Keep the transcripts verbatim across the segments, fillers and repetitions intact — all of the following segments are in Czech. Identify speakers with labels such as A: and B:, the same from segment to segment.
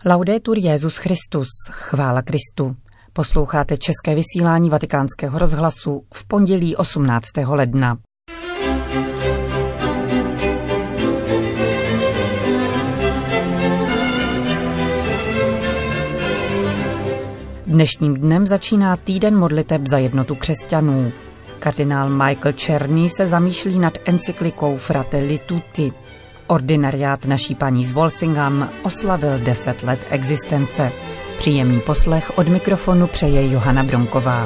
A: Laudetur Jesus Christus, chvála Kristu. Posloucháte české vysílání Vatikánského rozhlasu v pondělí osmnáctého ledna. Dnešním dnem začíná týden modliteb za jednotu křesťanů. Kardinál Michael Czerny se zamýšlí nad encyklikou Fratelli Tutti. Ordinariát Naší Paní z Walsingham oslavil deset let existence. Příjemný poslech od mikrofonu přeje Johana Bronková.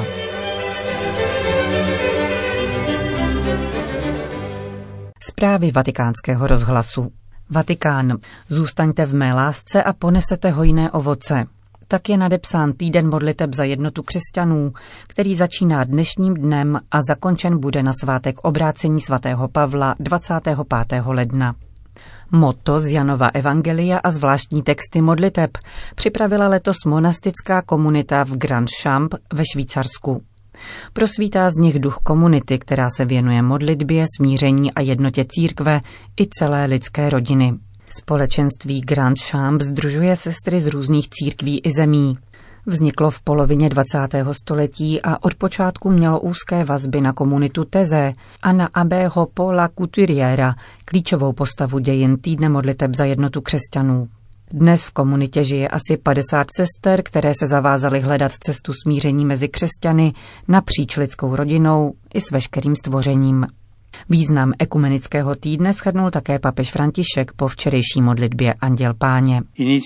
A: Zprávy Vatikánského rozhlasu. Vatikán. Zůstaňte v mé lásce a ponesete hojné ovoce. Tak je nadepsán týden modliteb za jednotu křesťanů, který začíná dnešním dnem a zakončen bude na svátek obrácení svatého Pavla dvacátého pátého ledna. Motto z Janova evangelia a zvláštní texty modliteb připravila letos monastická komunita v Grand Champ ve Švýcarsku. Prosvítá z nich duch komunity, která se věnuje modlitbě, smíření a jednotě církve i celé lidské rodiny. Společenství Grand Champ sdružuje sestry z různých církví i zemí. Vzniklo v polovině dvacátého století a od počátku mělo úzké vazby na komunitu Teze a na abbého Paula Couturiera, klíčovou postavu dějin týdne modliteb za jednotu křesťanů. Dnes v komunitě žije asi padesát sester, které se zavázaly hledat cestu smíření mezi křesťany napříč lidskou rodinou i s veškerým stvořením. Význam ekumenického týdne shrnul také papež František po včerejší modlitbě Anděl Páně.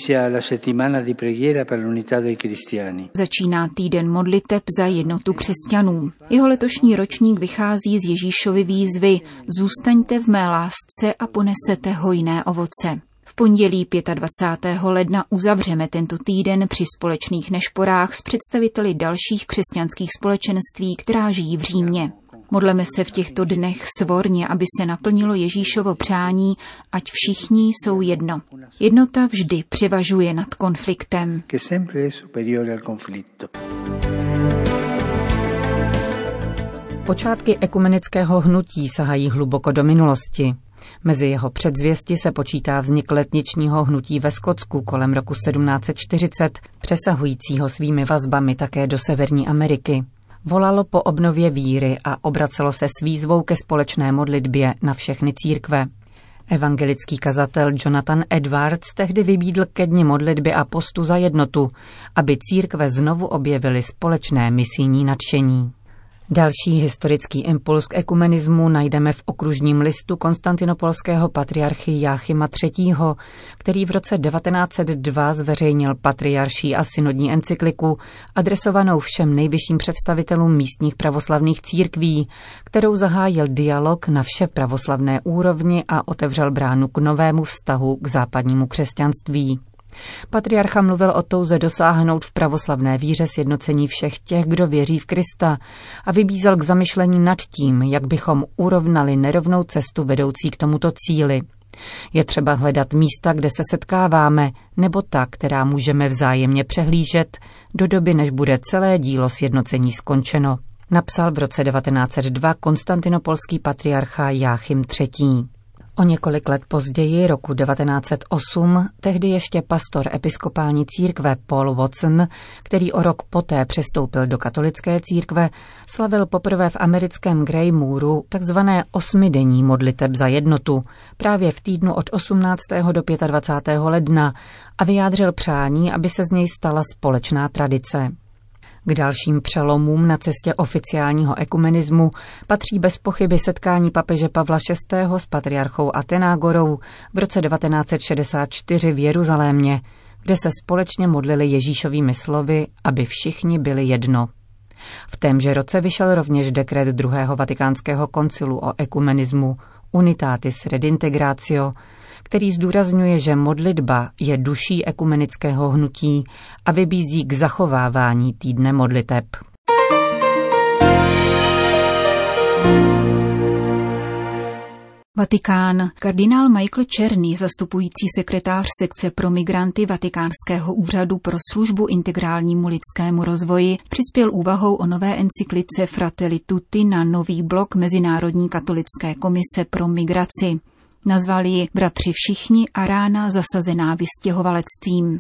B: Začíná týden modliteb za jednotu křesťanů. Jeho letošní ročník vychází z Ježíšovy výzvy Zůstaňte v mé lásce a ponesete hojné ovoce. V pondělí dvacátého pátého ledna uzavřeme tento týden při společných nešporách s představiteli dalších křesťanských společenství, která žijí v Římě. Modleme se v těchto dnech svorně, aby se naplnilo Ježíšovo přání, ať všichni jsou jedno. Jednota vždy převažuje nad konfliktem.
A: Počátky ekumenického hnutí sahají hluboko do minulosti. Mezi jeho předzvěsti se počítá vznik letničního hnutí ve Skotsku kolem roku sedmnáct set čtyřicet, přesahujícího svými vazbami také do Severní Ameriky. Volalo po obnově víry a obracelo se s výzvou ke společné modlitbě na všechny církve. Evangelický kazatel Jonathan Edwards tehdy vybídl ke dni modlitby a postu za jednotu, aby církve znovu objevily společné misijní nadšení. Další historický impuls k ekumenismu najdeme v okružním listu konstantinopolského patriarchy Jáchyma třetího., který v roce devatenáct set dva zveřejnil patriarší a synodní encykliku adresovanou všem nejvyšším představitelům místních pravoslavných církví, kterou zahájil dialog na vše pravoslavné úrovni a otevřel bránu k novému vztahu k západnímu křesťanství. Patriarcha mluvil o touze dosáhnout v pravoslavné víře sjednocení všech těch, kdo věří v Krista, a vybízel k zamyšlení nad tím, jak bychom urovnali nerovnou cestu vedoucí k tomuto cíli. Je třeba hledat místa, kde se setkáváme, nebo ta, která můžeme vzájemně přehlížet, do doby, než bude celé dílo sjednocení skončeno. Napsal v roce devatenáct set dva konstantinopolský patriarcha Jáchym třetí. O několik let později, roku devatenáct set osm, tehdy ještě pastor episkopální církve Paul Watson, který o rok poté přestoupil do katolické církve, slavil poprvé v americkém Grey Mooru takzvané osmidenní modliteb za jednotu, právě v týdnu od osmnáctého do dvacátého pátého ledna a vyjádřil přání, aby se z něj stala společná tradice. K dalším přelomům na cestě oficiálního ekumenismu patří bez pochyby setkání papeže Pavla šestého s patriarchou Athenágorou v roce devatenáct set šedesát čtyři v Jeruzalémě, kde se společně modlili Ježíšovými slovy, aby všichni byli jedno. V témže roce vyšel rovněž dekret druhého vatikánského koncilu o ekumenismu Unitatis Redintegratio, který zdůrazňuje, že modlitba je duší ekumenického hnutí a vybízí k zachovávání týdne modliteb.
B: Vatikán. Kardinál Michael Czerny, zastupující sekretář sekce pro migranty Vatikánského úřadu pro službu integrálnímu lidskému rozvoji, přispěl úvahou o nové encyklice Fratelli Tutti na nový blok Mezinárodní katolické komise pro migraci. Nazvali ji Bratři všichni a rána zasazená vystěhovalectvím.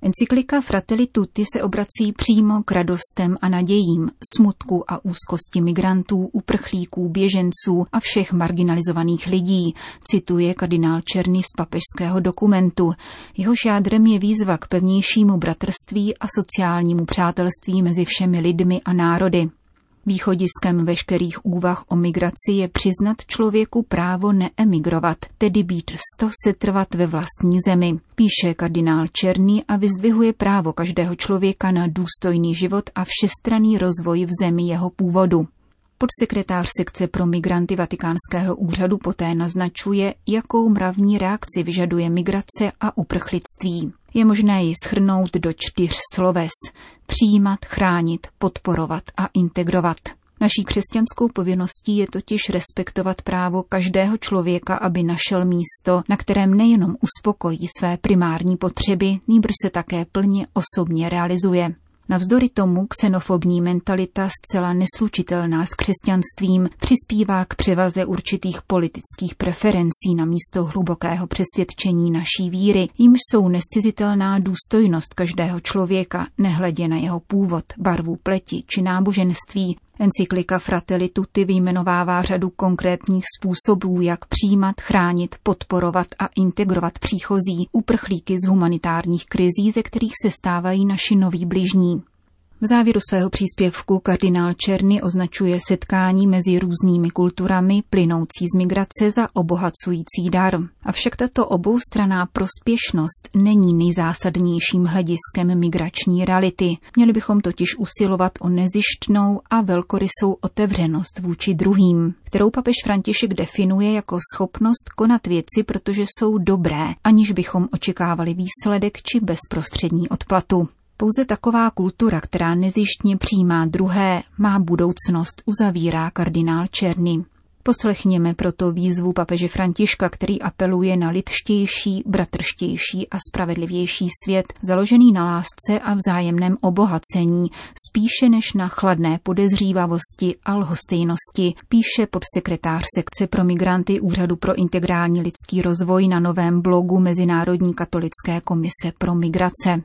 B: Encyklika Fratelli Tutti se obrací přímo k radostem a nadějím, smutku a úzkosti migrantů, uprchlíků, běženců a všech marginalizovaných lidí, cituje kardinál Czerny z papežského dokumentu. Jehož jádrem je výzva k pevnějšímu bratrství a sociálnímu přátelství mezi všemi lidmi a národy. Východiskem veškerých úvah o migraci je přiznat člověku právo neemigrovat, tedy být sto setrvat ve vlastní zemi, píše kardinál Czerny a vyzdvihuje právo každého člověka na důstojný život a všestranný rozvoj v zemi jeho původu. Podsekretář sekce pro migranty Vatikánského úřadu poté naznačuje, jakou mravní reakci vyžaduje migrace a uprchlictví. Je možné ji shrnout do čtyř sloves: přijímat, chránit, podporovat a integrovat. Naší křesťanskou povinností je totiž respektovat právo každého člověka, aby našel místo, na kterém nejenom uspokojí své primární potřeby, nýbrž se také plně osobně realizuje. Navzdory tomu xenofobní mentalita zcela neslučitelná s křesťanstvím přispívá k převaze určitých politických preferencí na místo hlubokého přesvědčení naší víry, jímž jsou nescizitelná důstojnost každého člověka, nehledě na jeho původ, barvu pleti či náboženství. Encyklika Fratelli Tutti vyjmenovává řadu konkrétních způsobů, jak přijímat, chránit, podporovat a integrovat příchozí, uprchlíky z humanitárních krizí, ze kterých se stávají naši noví bližní. V závěru svého příspěvku kardinál Czerny označuje setkání mezi různými kulturami plynoucí z migrace za obohacující dar. Avšak tato oboustranná prospěšnost není nejzásadnějším hlediskem migrační reality. Měli bychom totiž usilovat o nezištnou a velkorysou otevřenost vůči druhým, kterou papež František definuje jako schopnost konat věci, protože jsou dobré, aniž bychom očekávali výsledek či bezprostřední odplatu. Pouze taková kultura, která nezištně přijímá druhé, má budoucnost, uzavírá kardinál Czerny. Poslechněme proto výzvu papeže Františka, který apeluje na lidštější, bratrštější a spravedlivější svět, založený na lásce a vzájemném obohacení, spíše než na chladné podezřívavosti a lhostejnosti, píše podsekretář sekce pro migranty Úřadu pro integrální lidský rozvoj na novém blogu Mezinárodní katolické komise pro migrace.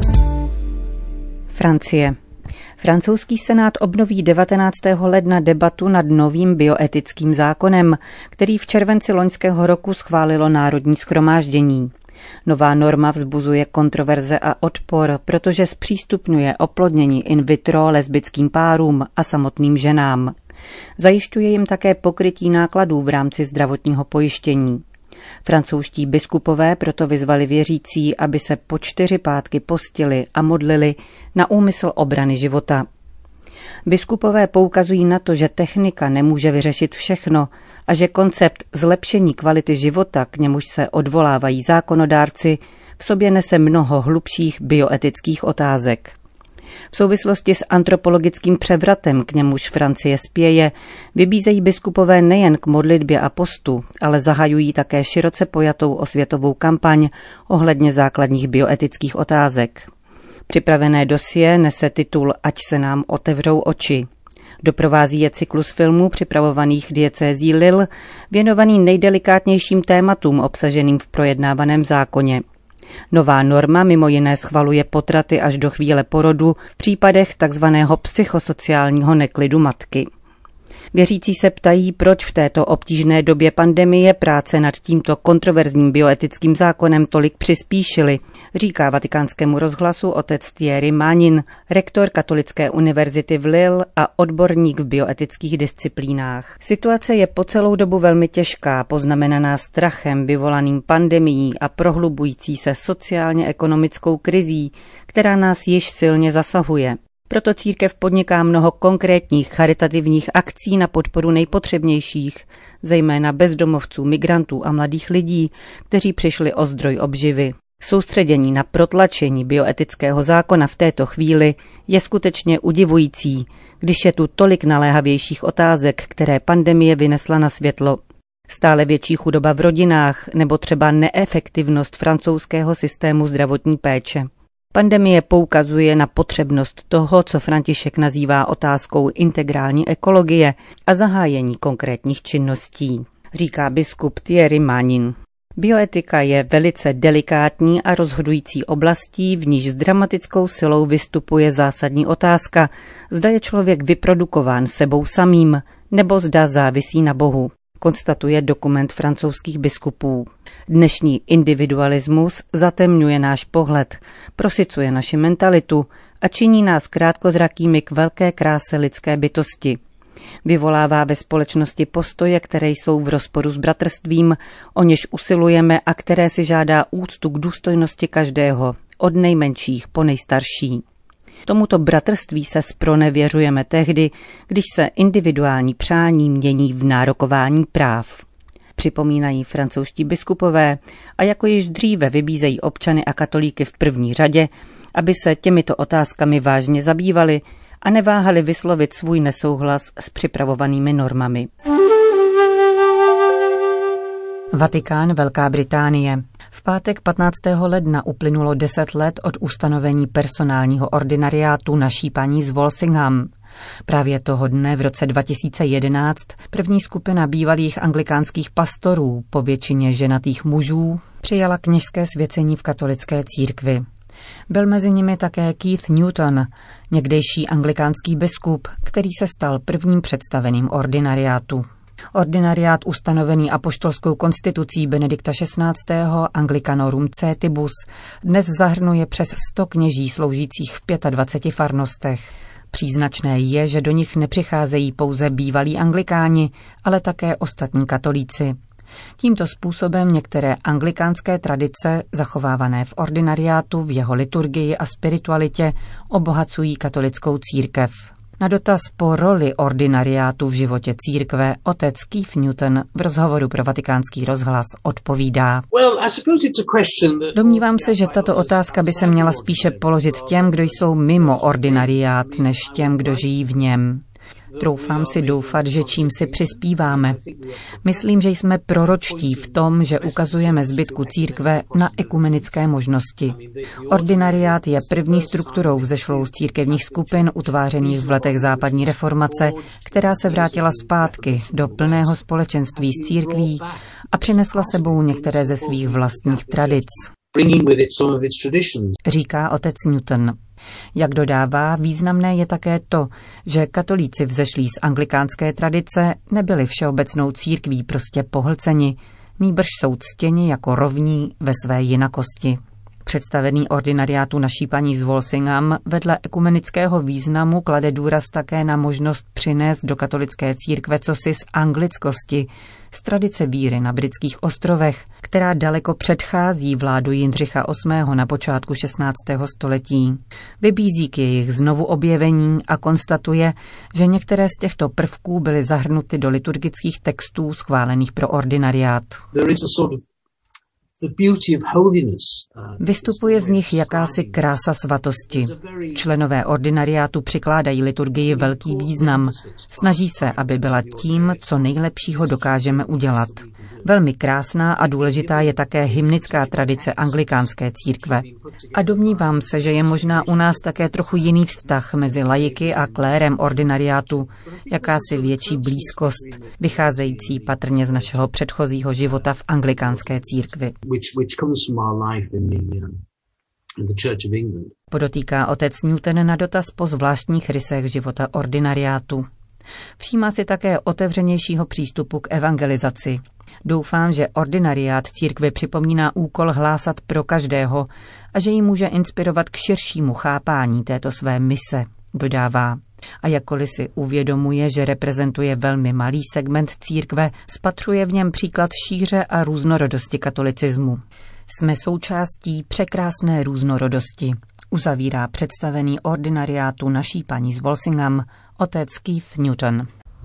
A: Francie. Francouzský senát obnoví devatenáctého ledna debatu nad novým bioetickým zákonem, který v červenci loňského roku schválilo Národní shromáždění. Nová norma vzbuzuje kontroverze a odpor, protože zpřístupňuje oplodnění in vitro lesbickým párům a samotným ženám. Zajišťuje jim také pokrytí nákladů v rámci zdravotního pojištění. Francouzští biskupové proto vyzvali věřící, aby se po čtyři pátky postili a modlili na úmysl obrany života. Biskupové poukazují na to, že technika nemůže vyřešit všechno a že koncept zlepšení kvality života, k němuž se odvolávají zákonodárci, v sobě nese mnoho hlubších bioetických otázek. V souvislosti s antropologickým převratem, k němuž Francie spěje, vybízejí biskupové nejen k modlitbě a postu, ale zahajují také široce pojatou osvětovou kampaň ohledně základních bioetických otázek. Připravené dosie nese titul Ať se nám otevřou oči. Doprovází je cyklus filmů připravovaných diecézí Lille, věnovaný nejdelikátnějším tématům obsaženým v projednávaném zákoně. Nová norma mimo jiné schvaluje potraty až do chvíle porodu v případech takzvaného psychosociálního neklidu matky. Věřící se ptají, proč v této obtížné době pandemie práce nad tímto kontroverzním bioetickým zákonem tolik přispíšily, říká Vatikánskému rozhlasu otec Thierry Magnin, rektor Katolické univerzity v Lille a odborník v bioetických disciplínách. Situace je po celou dobu velmi těžká, poznamenaná strachem vyvolaným pandemií a prohlubující se sociálně-ekonomickou krizí, která nás již silně zasahuje. Proto církev podniká mnoho konkrétních charitativních akcí na podporu nejpotřebnějších, zejména bezdomovců, migrantů a mladých lidí, kteří přišli o zdroj obživy. Soustředění na protlačení bioetického zákona v této chvíli je skutečně udivující, když je tu tolik naléhavějších otázek, které pandemie vynesla na světlo. Stále větší chudoba v rodinách nebo třeba neefektivnost francouzského systému zdravotní péče. Pandemie poukazuje na potřebnost toho, co František nazývá otázkou integrální ekologie a zahájení konkrétních činností, říká biskup Thierry Magnin. Bioetika je velice delikátní a rozhodující oblastí, v níž s dramatickou silou vystupuje zásadní otázka, zda je člověk vyprodukován sebou samým, nebo zda závisí na Bohu, konstatuje dokument francouzských biskupů. Dnešní individualismus zatemňuje náš pohled, prosycuje naši mentalitu a činí nás krátkozrakými k velké kráse lidské bytosti. Vyvolává ve společnosti postoje, které jsou v rozporu s bratrstvím, o něž usilujeme a které si žádá úctu k důstojnosti každého, od nejmenších po nejstarší. Tomuto bratrství se zpronevěřujeme tehdy, když se individuální přání mění v nárokování práv. Připomínají francouzští biskupové a jako již dříve vybízejí občany a katolíky v první řadě, aby se těmito otázkami vážně zabývali a neváhali vyslovit svůj nesouhlas s připravovanými normami. Vatikán, Velká Británie. V pátek patnáctého ledna uplynulo deset let od ustanovení personálního ordinariátu Naší Paní z Walsingham. Právě toho dne v roce dva tisíce jedenáct první skupina bývalých anglikánských pastorů, po většině ženatých mužů, přijala kněžské svěcení v katolické církvi. Byl mezi nimi také Keith Newton, někdejší anglikánský biskup, který se stal prvním představeným ordinariátu. Ordinariát ustanovený apoštolskou konstitucí Benedikta šestnáctého Anglicanorum Cetibus dnes zahrnuje přes sto kněží sloužících v dvaceti pěti farnostech. Příznačné je, že do nich nepřicházejí pouze bývalí anglikáni, ale také ostatní katolíci. Tímto způsobem některé anglikánské tradice, zachovávané v ordinariátu, v jeho liturgii a spiritualitě, obohacují katolickou církev. Na dotaz po roli ordinariátu v životě církve otec Keith Newton v rozhovoru pro Vatikánský rozhlas odpovídá. Domnívám se, že tato otázka by se měla spíše položit těm, kdo jsou mimo ordinariát, než těm, kdo žijí v něm. Troufám si doufat, že čím si přispíváme. Myslím, že jsme proročtí v tom, že ukazujeme zbytku církve na ekumenické možnosti. Ordinariát je první strukturou vzešlou z církevních skupin utvářených v letech západní reformace, která se vrátila zpátky do plného společenství s církví a přinesla sebou některé ze svých vlastních tradic. Říká otec Newton. Jak dodává, významné je také to, že katolíci vzešlí z anglikánské tradice nebyli všeobecnou církví prostě pohlceni, nýbrž jsou ctěni jako rovní ve své jinakosti. Představený ordinariátu Naší Paní z Walsingham vedle ekumenického významu klade důraz také na možnost přinést do katolické církve cosi z anglickosti, z tradice víry na britských ostrovech, která daleko předchází vládu Jindřicha osmého na počátku šestnáctého století. Vybízí k jejich znovu objevení a konstatuje, že některé z těchto prvků byly zahrnuty do liturgických textů schválených pro ordinariát. Vystupuje z nich jakási krása svatosti. Členové ordinariátu přikládají liturgii velký význam. Snaží se, aby byla tím, co nejlepšího dokážeme udělat. Velmi krásná a důležitá je také hymnická tradice anglikánské církve. A domnívám se, že je možná u nás také trochu jiný vztah mezi laiky a klérem ordinariátu, jakási větší blízkost, vycházející patrně z našeho předchozího života v anglikánské církvi. Podotýká otec Newton na dotaz po zvláštních rysech života ordinariátu. Všímá si také otevřenějšího přístupu k evangelizaci. Doufám, že ordinariát církvi připomíná úkol hlásat pro každého a že ji může inspirovat k širšímu chápání této své mise, dodává. A jakkoliv si uvědomuje, že reprezentuje velmi malý segment církve, spatřuje v něm příklad šíře a různorodosti katolicismu. Jsme součástí překrásné různorodosti, uzavírá představený ordinariátu Naší Paní z Walsingham otec Keith Newton.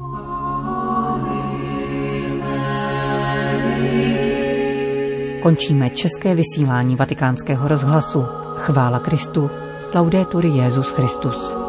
A: Končíme české vysílání Vatikánského rozhlasu. Chvála Kristu. Laudetur Jesus Christus.